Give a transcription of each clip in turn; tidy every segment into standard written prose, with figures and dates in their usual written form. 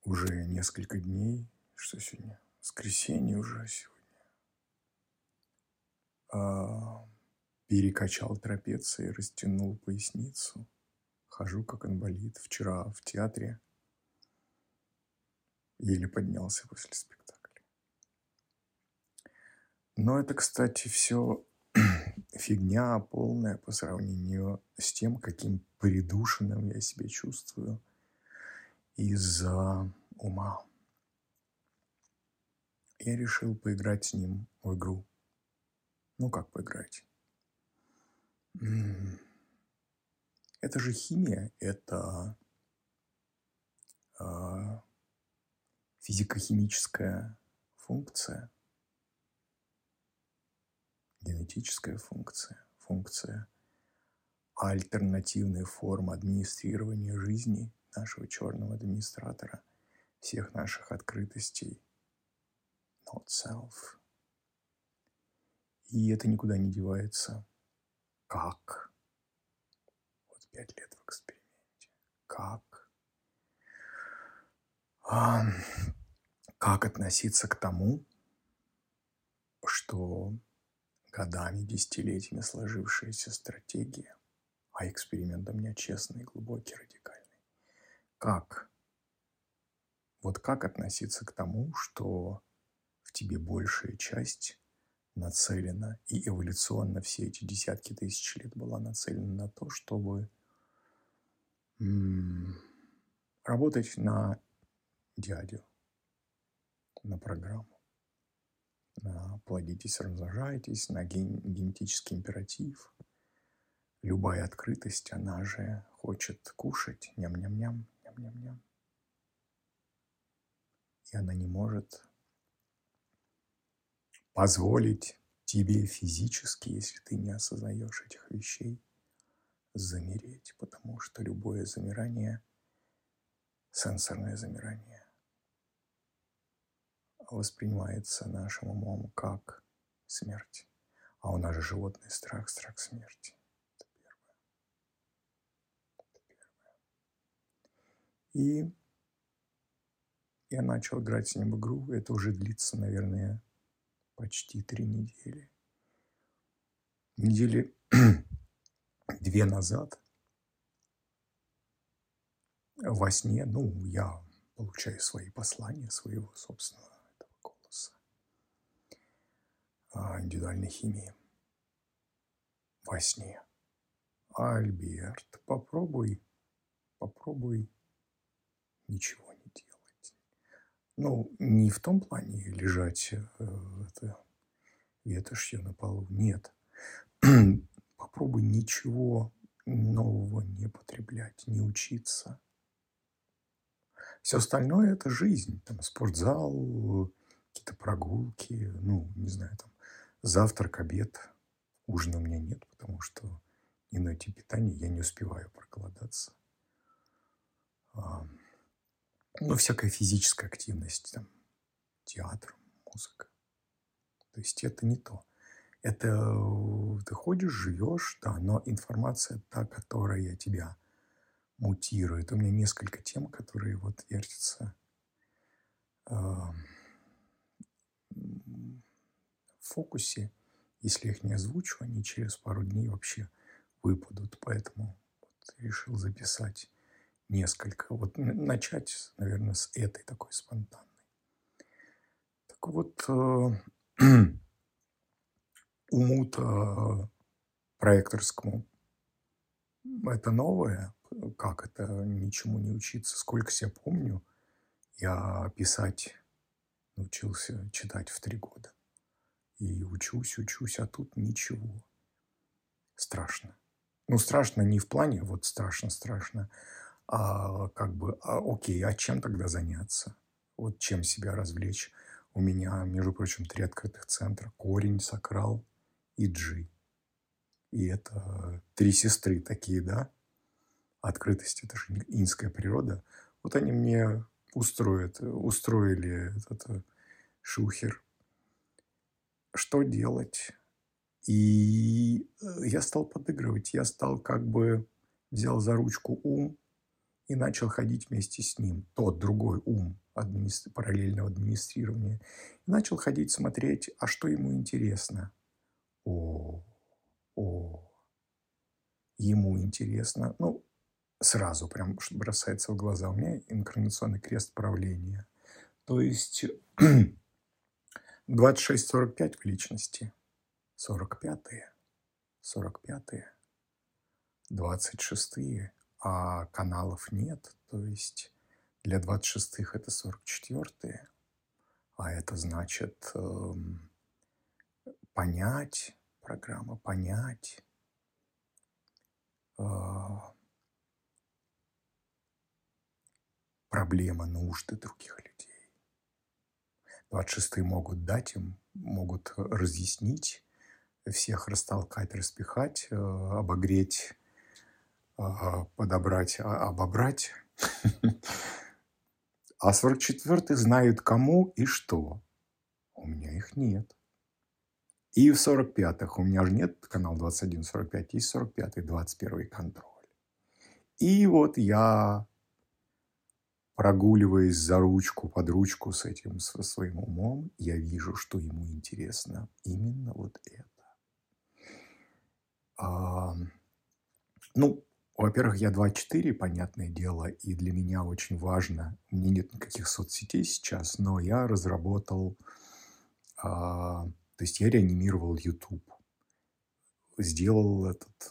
уже несколько дней, что сегодня, воскресенье уже сегодня, перекачал трапеции, растянул поясницу, хожу как инвалид. Вчера в театре еле поднялся после спектакля. Но это, кстати, все фигня полная по сравнению с тем, каким придушенным я себя чувствую из-за ума. Я решил поиграть с ним в игру. Ну, как поиграть? Это же химия, это физико-химическая функция, генетическая функция альтернативной формы администрирования жизни нашего черного администратора, всех наших открытостей, not self. И это никуда не девается. Как? Вот 5 лет в эксперименте. Как относиться к тому, что годами, десятилетиями сложившаяся стратегия, а эксперимент у меня честный, глубокий, радикальный. Как относиться к тому, что в тебе большая часть нацелена, и эволюционно все эти десятки тысяч лет была нацелена на то, чтобы работать на дядю, на программу, на плодитесь, размножайтесь, на генетический императив. Любая открытость, она же хочет кушать, ням-ням-ням, ням-ням-ням. И она не может позволить тебе физически, если ты не осознаешь этих вещей, замереть, потому что любое замирание, сенсорное замирание, воспринимается нашим умом как смерть. А у нас же животный страх смерти. Это первое. И я начал играть с ним в игру. Это уже длится, наверное, почти 3 недели. Недели 2 назад во сне, я получаю свои послания, своего собственного этого голоса, индивидуальной химии во сне. Альберт, попробуй ничего не делать. Не в том плане лежать ветошью на полу, нет. Попробуй ничего нового не потреблять, не учиться. Все остальное – это жизнь. Там спортзал, какие-то прогулки, не знаю, там завтрак, обед. Ужина у меня нет, потому что иной тип питания я не успеваю проголодаться. Всякая физическая активность, там, театр, музыка. То есть это не то. Это ты ходишь, живешь, да, но информация та, которая тебя мутирует. У меня несколько тем, которые вертятся в фокусе. Если я их не озвучу, они через пару дней вообще выпадут. Поэтому решил записать несколько. Начать, наверное, с этой такой спонтанной. Так уму-то проекторскому это новое. Как это ничему не учиться? Сколько себя помню, я писать научился читать в 3 года. И учусь, а тут ничего. Страшно. Страшно не в плане страшно, окей, а чем тогда заняться? Чем себя развлечь? У меня, между прочим, 3 открытых центра. Корень, Сакрал и Джи. И это 3 сестры такие, да? Открытость – это же инская природа. Они мне устроили этот шухер. Что делать? И я стал подыгрывать. Я стал взял за ручку ум и начал ходить вместе с ним. Тот другой ум параллельного администрирования. И начал ходить смотреть, а что ему интересно. О, о, ему интересно. Ну, сразу прям что бросается в глаза. У меня инкарнационный крест правления. То есть 26-45 в личности, 45-е, 45-е, 26-е, а каналов нет. То есть для 26-х это 44-е, а это значит понять, программа понять, проблемы, нужды других людей. 26-е могут дать им, могут разъяснить, всех растолкать, распихать, обогреть, подобрать, обобрать. А 44-й знают кому и что. У меня их нет. И в 45-х у меня же нет канал 21-45, есть 45-й, 21-й контроль. И вот я, прогуливаясь за ручку, под ручку со своим умом, я вижу, что ему интересно именно вот это. Ну, во-первых, я 24, понятное дело, и для меня очень важно, у меня нет никаких соцсетей сейчас, но я разработал, то есть я реанимировал YouTube, сделал этот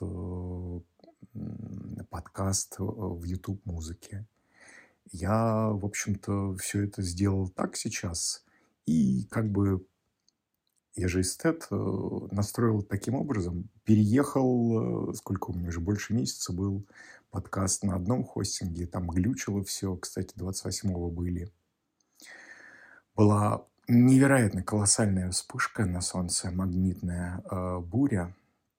подкаст в YouTube-музыке. Я, в общем-то, все это сделал так сейчас, и как бы я же эстет, настроил таким образом, переехал, сколько у меня уже, больше месяца был подкаст на одном хостинге, там глючило все, кстати, 28-го была невероятно колоссальная вспышка на Солнце, магнитная буря,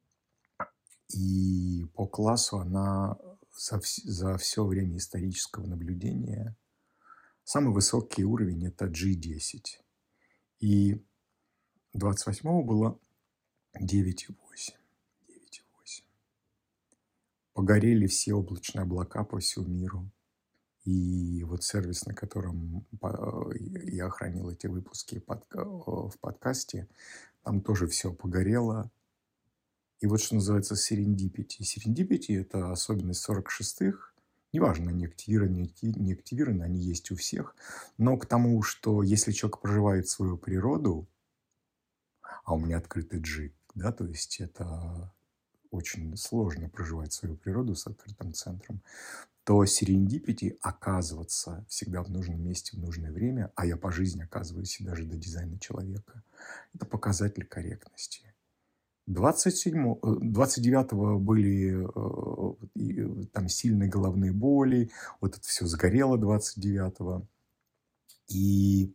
и по классу она за все время исторического наблюдения самый высокий уровень – это G10. И 28-го было 9,8. 9,8. Погорели все облачные облака по всему миру. И вот сервис, на котором я хранил эти выпуски в подкасте, там тоже все погорело. И вот что называется серендипити. Серендипити – это особенность 46-х. Неважно, они активированы, не активированы, они есть у всех. Но к тому, что если человек проживает свою природу, а у меня открытый джиг, да, то есть это очень сложно проживать свою природу с открытым центром, то серендипити оказываться всегда в нужном месте в нужное время, а я по жизни оказываюсь и даже до дизайна человека, это показатель корректности. 29-го были там сильные головные боли, вот это все сгорело 29-го. И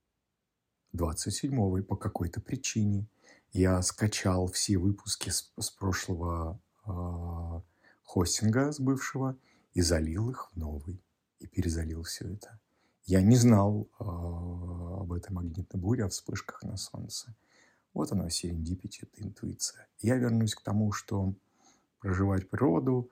27-го по какой-то причине я скачал все выпуски с прошлого хостинга, с бывшего, и залил их в новый. И перезалил все это. Я не знал об этой магнитной буре, о вспышках на Солнце. Вот оно, серендипити, это интуиция. Я вернусь к тому, что проживать природу.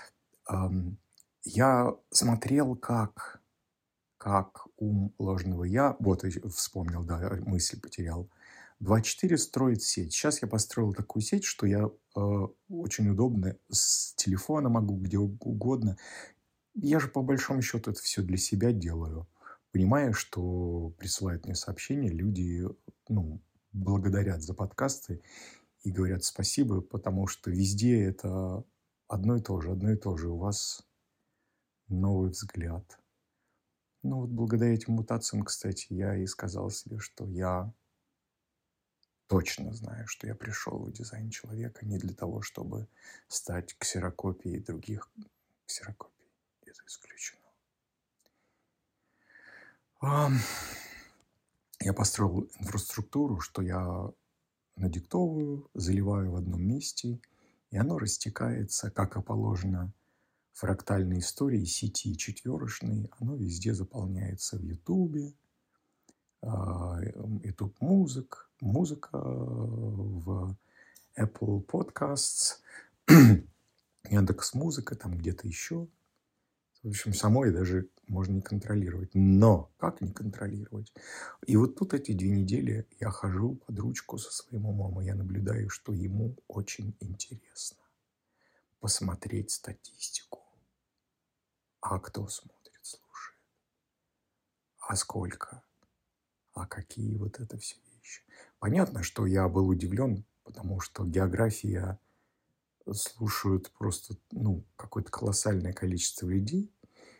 Я смотрел, как ум ложного я, вот вспомнил, да, мысль потерял, 2.4 строит сеть. Сейчас я построил такую сеть, что я очень удобно с телефона могу где угодно. Я же по большому счету это все для себя делаю. Понимая, что присылают мне сообщения, люди, благодарят за подкасты и говорят спасибо, потому что везде это одно и то же. У вас новый взгляд. Вот благодаря этим мутациям, кстати, я и сказал себе, что я точно знаю, что я пришел в дизайн человека не для того, чтобы стать ксерокопией других ксерокопий. Это исключено. Я построил инфраструктуру, что я надиктовываю, заливаю в одном месте, и оно растекается, как и положено, фрактальной истории сети четверочной. Оно везде заполняется в Ютубе, YouTube музыка в Apple Podcasts, Яндекс.Музыка, там где-то еще. В общем, самой даже можно не контролировать. Но как не контролировать? И вот тут эти 2 недели я хожу под ручку со своим умом, и я наблюдаю, что ему очень интересно посмотреть статистику. А кто смотрит, слушает? А сколько? А какие вот это все вещи? Понятно, что я был удивлен, потому что география слушают просто, какое-то колоссальное количество людей.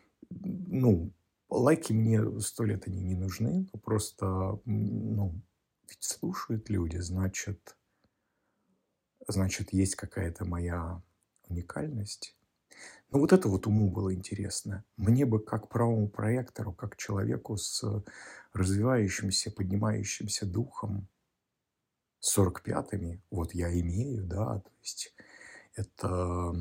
Лайки мне 100 лет они не нужны, но просто, ведь слушают люди, значит, есть какая-то моя уникальность. Вот это вот уму было интересно. Мне бы как правому проектору, как человеку с развивающимся, поднимающимся духом, с 45-ми, вот я имею, да, то есть это...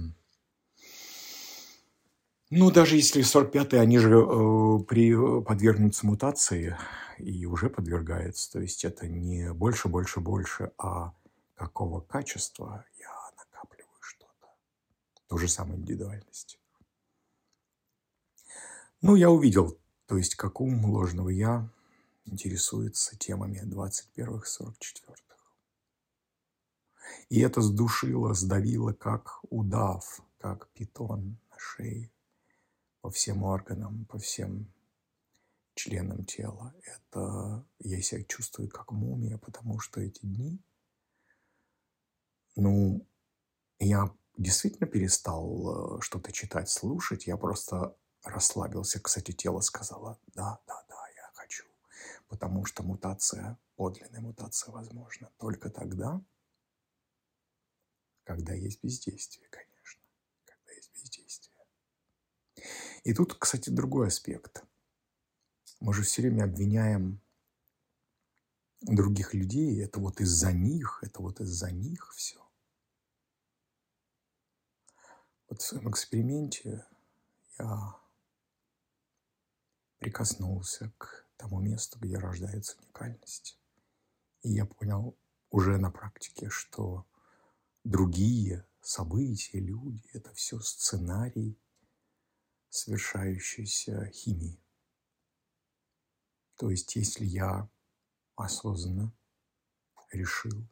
даже если 45-е, они же подвергнутся мутации и уже подвергаются. То есть это не больше, больше, больше, а какого качества я накапливаю что-то. То же самое индивидуальность. Я увидел, то есть как ум ложного «я» интересуется темами 21-х, 44-х. И это сдушило, сдавило, как удав, как питон на шее, по всем органам, по всем членам тела. Это я себя чувствую как мумия, потому что эти дни, я действительно перестал что-то читать, слушать. Я просто расслабился. Кстати, тело сказало: да, да, да, я хочу. Потому что мутация, подлинная мутация возможна только тогда, когда есть бездействие, конечно. Когда есть бездействие. И тут, кстати, другой аспект. Мы же все время обвиняем других людей. Это вот из-за них все. Вот в своем эксперименте я прикоснулся к тому месту, где рождается уникальность. И я понял уже на практике, что другие события, люди – это все сценарий совершающейся химии. То есть, если я осознанно решил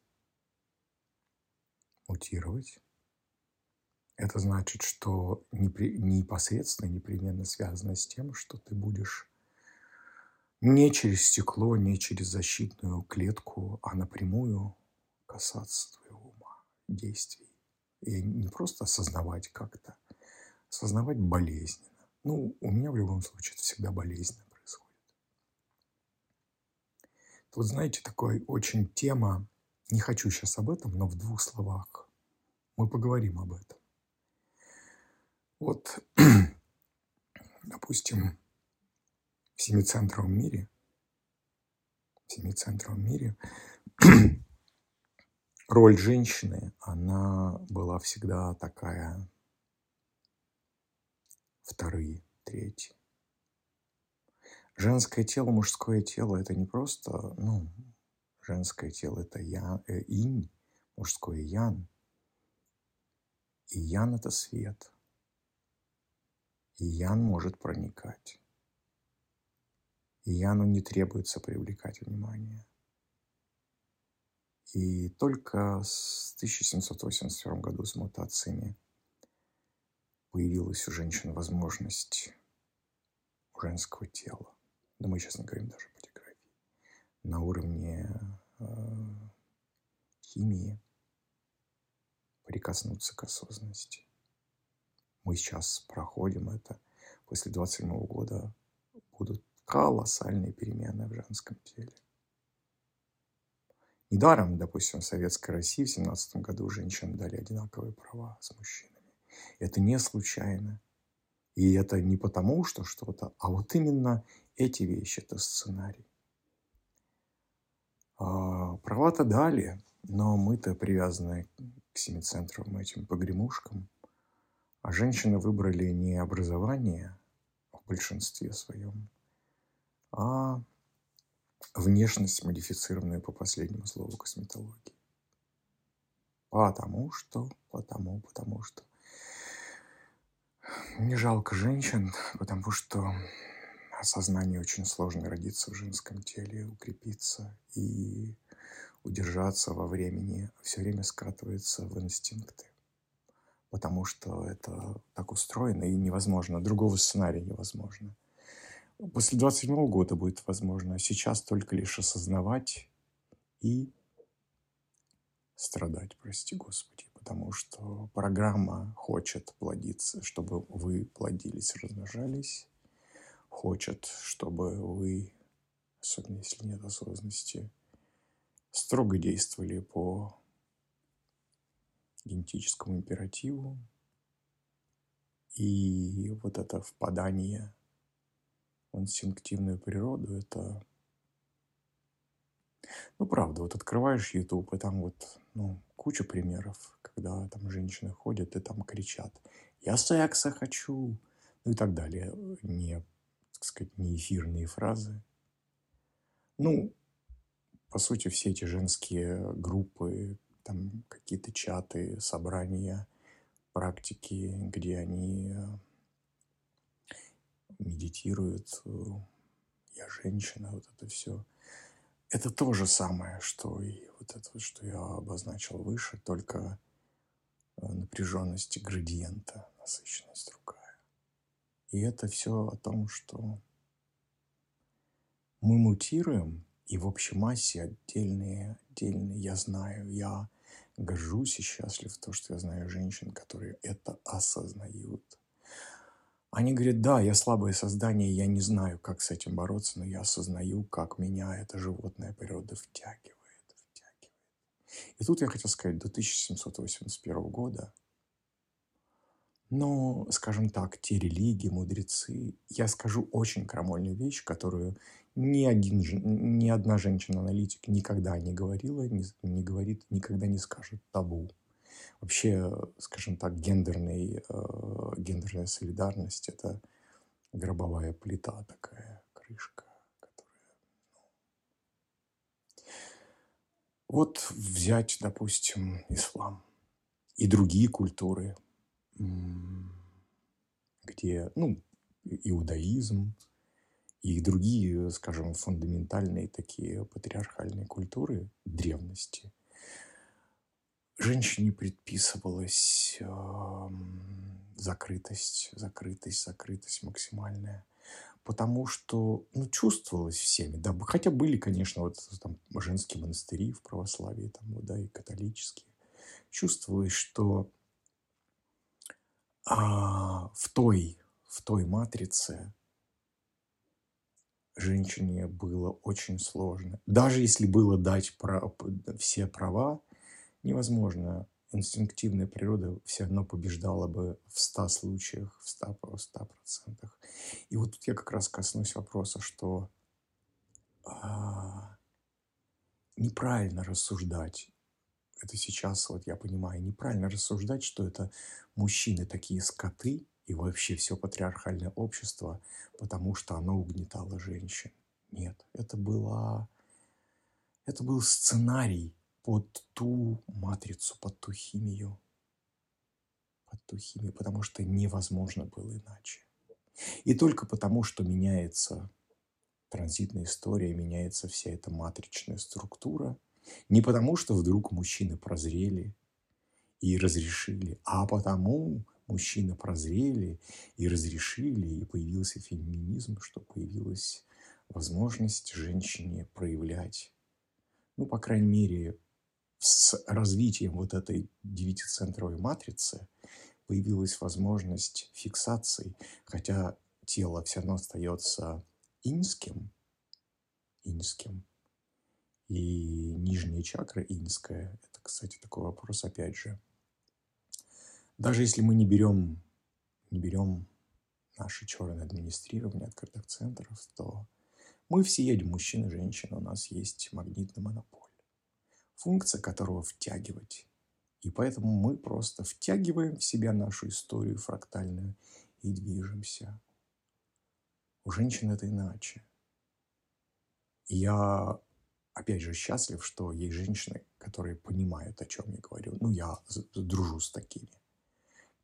мутировать, это значит, что непосредственно, непременно связано с тем, что ты будешь не через стекло, не через защитную клетку, а напрямую касаться твоего ума, действий. И не просто осознавать как-то, осознавать болезненно. У меня в любом случае это всегда болезненно происходит. Тут, знаете, такой очень тема, не хочу сейчас об этом, но в 2 словах мы поговорим об этом. Вот, допустим, в семицентровом мире роль женщины, она была всегда такая вторые, третьи. Женское тело, мужское тело – это не просто, женское тело – это инь, мужское ян. И ян – это свет. И ян может проникать. И яну не требуется привлекать внимание. И только в 1782 году с мутациями появилась у женщин возможность женского тела. Но мы сейчас не говорим даже о фотографии. На уровне химии прикоснуться к осознанности. Мы сейчас проходим это. После 27 года будут колоссальные перемены в женском теле. Недаром, допустим, в Советской России в 17 году женщинам дали одинаковые права с мужчинами. Это не случайно. И это не потому, что что-то, а вот именно эти вещи, это сценарий. Права-то дали, но мы-то привязаны к семицентровым этим погремушкам. А женщины выбрали не образование в большинстве своем, а внешность, модифицированную по последнему слову косметологии. Потому что Не жалко женщин, потому что осознание очень сложно родиться в женском теле, укрепиться и удержаться во времени. Все время скатывается в инстинкты, потому что это так устроено и невозможно. Другого сценария невозможно. После 27-го года будет возможно. Сейчас только лишь осознавать и страдать, прости Господи, потому что программа хочет плодиться, чтобы вы плодились, размножались, хочет, чтобы вы, особенно если нет осознанности, строго действовали по генетическому императиву, и вот это впадание в инстинктивную природу, это, ну, правда, вот открываешь YouTube, и там вот, ну, куча примеров, когда там женщины ходят и там кричат: «Я секса хочу!» Ну и так далее. Не, так сказать, не эфирные фразы. Ну, по сути, все эти женские группы, там какие-то чаты, собрания, практики, где они медитируют, я женщина, вот это все. Это то же самое, что и вот это, вот, что я обозначил выше, только напряженность градиента, насыщенность другая. И это все о том, что мы мутируем, и в общей массе отдельные, я знаю, я горжусь и счастлив в том, что я знаю женщин, которые это осознают. Они говорят: да, я слабое создание, я не знаю, как с этим бороться, но я осознаю, как меня эта животная природа втягивает. И тут я хотел сказать, до 1781 года, но, скажем так, те религии, мудрецы, я скажу очень крамольную вещь, которую ни одна женщина-аналитик никогда не говорила, не говорит, никогда не скажет: табу. Вообще, скажем так, гендерная солидарность – это гробовая плита такая, крышка, которая… Вот взять, допустим, ислам и другие культуры, где, ну, иудаизм и другие, скажем, фундаментальные такие патриархальные культуры древности, женщине предписывалась закрытость максимальная, потому что, ну, чувствовалось всеми, да, хотя были, конечно, вот там женские монастыри в православии, там, вот, да, и католические, чувствовалось, что в той матрице женщине было очень сложно. Даже если было дать все права, невозможно. Инстинктивная природа все равно побеждала бы в 100 случаях, в 100%. И вот тут я как раз коснусь вопроса, что неправильно рассуждать. Это сейчас, вот я понимаю, неправильно рассуждать, что это мужчины такие скоты и вообще все патриархальное общество, потому что оно угнетало женщин. Нет, это был сценарий под ту матрицу, под ту химию, потому что невозможно было иначе. И только потому, что меняется транзитная история, меняется вся эта матричная структура, не потому, что вдруг мужчины прозрели и разрешили, а потому мужчины прозрели и разрешили, и появился феминизм, что появилась возможность женщине проявлять, ну, по крайней мере, с развитием вот этой девятицентровой матрицы появилась возможность фиксации, хотя тело все равно остается иньским, и нижняя чакра иньская. Это, кстати, такой вопрос, опять же. Даже если мы не берем наше черное администрирование открытых центров, то мы все едем, мужчины и женщины, у нас есть магнитный монополь, функция которого втягивать. И поэтому мы просто втягиваем в себя нашу историю фрактальную и движемся. У женщин это иначе. И я, опять же, счастлив, что есть женщины, которые понимают, о чем я говорю. Ну, я дружу с такими,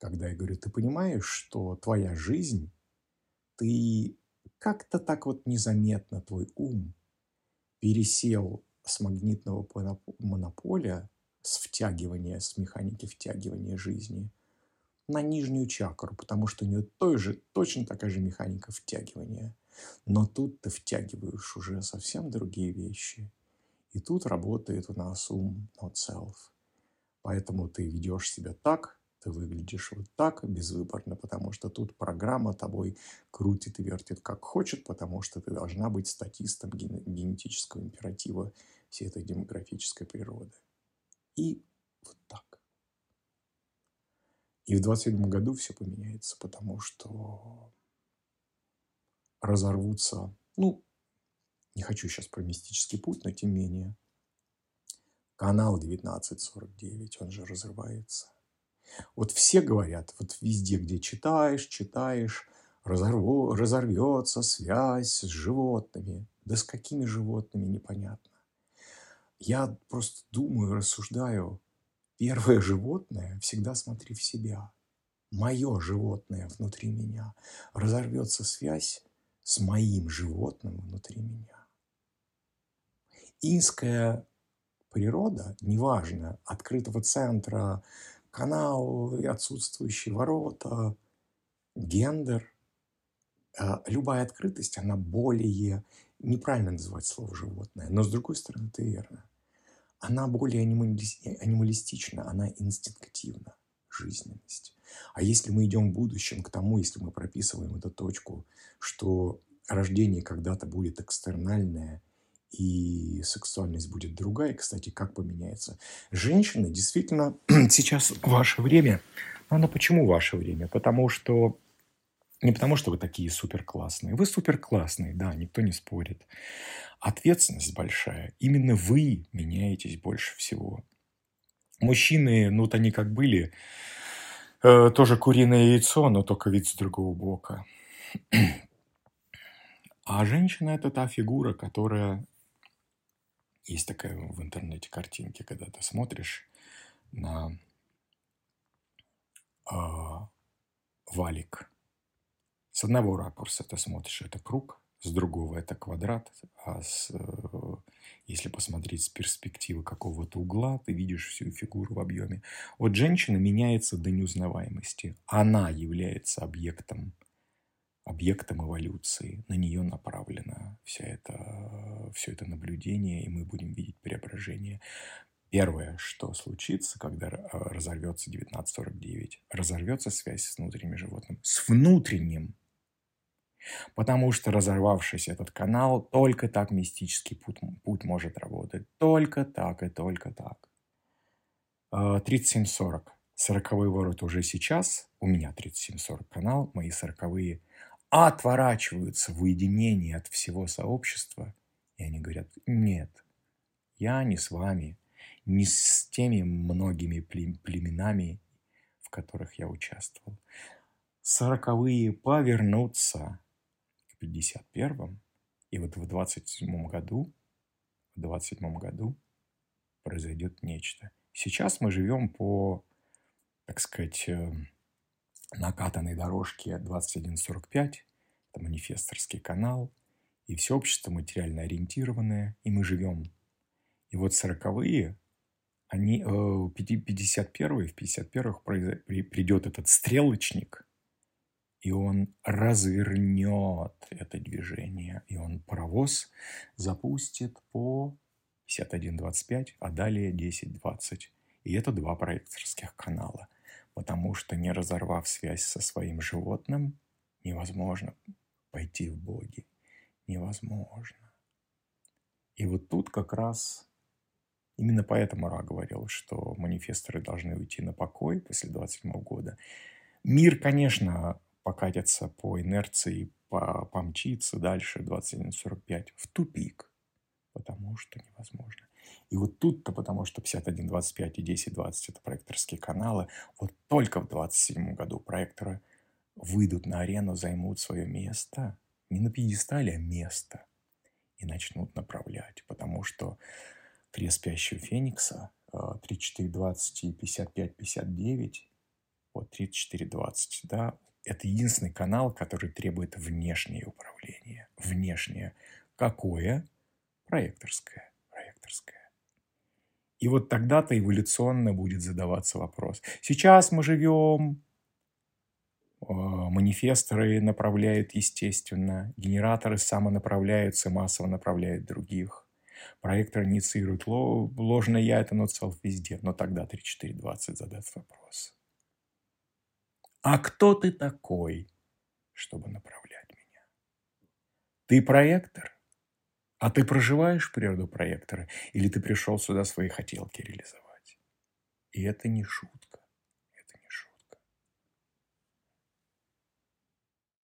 когда я говорю: ты понимаешь, что твоя жизнь, ты как-то так вот незаметно, твой ум пересел с магнитного монополя, с втягивания, с механики втягивания жизни на нижнюю чакру, потому что у нее точно такая же механика втягивания. Но тут ты втягиваешь уже совсем другие вещи. И тут работает у нас ум not self. Поэтому ты ведешь себя так, ты выглядишь вот так безвыборно, потому что тут программа тобой крутит и вертит как хочет, потому что ты должна быть статистом генетического императива всей этой демографической природы. И вот так. И в 27 году все поменяется, потому что разорвутся, не хочу сейчас про мистический путь, но тем не менее, канал 1949, он же разрывается. Вот все говорят, вот везде, где читаешь, разорвется связь с животными. Да с какими животными, непонятно. Я просто думаю, рассуждаю. Первое животное всегда смотри в себя. Мое животное внутри меня. Разорвется связь с моим животным внутри меня. Инская природа, неважно, открытого центра, канал, отсутствующие ворота, гендер, любая открытость, она более, неправильно называть слово животное, но с другой стороны это верно. Она более анималистична, она инстинктивна, жизненность. А если мы идем в будущем к тому, если мы прописываем эту точку, что рождение когда-то будет экстернальное, и сексуальность будет другая, кстати, как поменяется. Женщины действительно сейчас ваше время. Но почему ваше время? Потому что не потому, что вы такие супер классные. Вы супер классные, да, никто не спорит. Ответственность большая. Именно вы меняетесь больше всего. Мужчины, вот они как были, тоже куриное яйцо, но только вид с другого бока. А женщина – это та фигура, которая... Есть такая в интернете картинки, когда ты смотришь на валик. С одного ракурса ты смотришь, это круг, с другого это квадрат, а если посмотреть с перспективы какого-то угла, ты видишь всю фигуру в объеме. Вот женщина меняется до неузнаваемости. Она является объектом эволюции. На нее направлено все это наблюдение, и мы будем видеть преображение. Первое, что случится, когда разорвется 1949, разорвется связь с внутренним животным. С внутренним. Потому что, разорвавшись этот канал, только так мистический путь может работать. Только так и только так. 37-40. 40-е ворота уже сейчас. У меня 37-40 канал. Мои 40-е отворачиваются в уединении от всего сообщества. И они говорят: нет, я не с вами, не с теми многими племенами, в которых я участвовал. 40-е повернутся в 51-м, и вот в 27-м году произойдет нечто. Сейчас мы живем по, так сказать, накатанной дорожке 2145, это манифесторский канал, и все общество материально ориентированное, и мы живем. И вот 40-е, они, 51-й, в 51-х придет этот стрелочник, и он развернет это движение, и он паровоз запустит по 51-25, а далее 10-20. И это 2 проекторских канала. Потому что, не разорвав связь со своим животным, невозможно пойти в боги. Невозможно. И вот тут как раз именно поэтому Ра говорил, что манифесторы должны уйти на покой после 27 года. Мир, конечно, покатится по инерции, помчится дальше 21-45 в тупик, потому что невозможно. И вот тут-то, потому что 51-25 и 10-20 это проекторские каналы, вот только в 27 году проекторы выйдут на арену, займут свое место, не на пьедестале, а место, и начнут направлять, потому что крест спящего Феникса 34-20 и 55-59 Вот 3420, да, это единственный канал, который требует внешнее управление. Внешнее. Какое? Проекторское. Проекторское. И вот тогда-то эволюционно будет задаваться вопрос. Сейчас мы живем, манифесторы направляют, естественно, генераторы самонаправляются, массово направляют других. Проектор инициирует ложное я, это not self везде. Но тогда 3420 задаст вопрос. А кто ты такой, чтобы направлять меня? Ты проектор? А ты проживаешь природу проектора? Или ты пришел сюда свои хотелки реализовать? И это не шутка.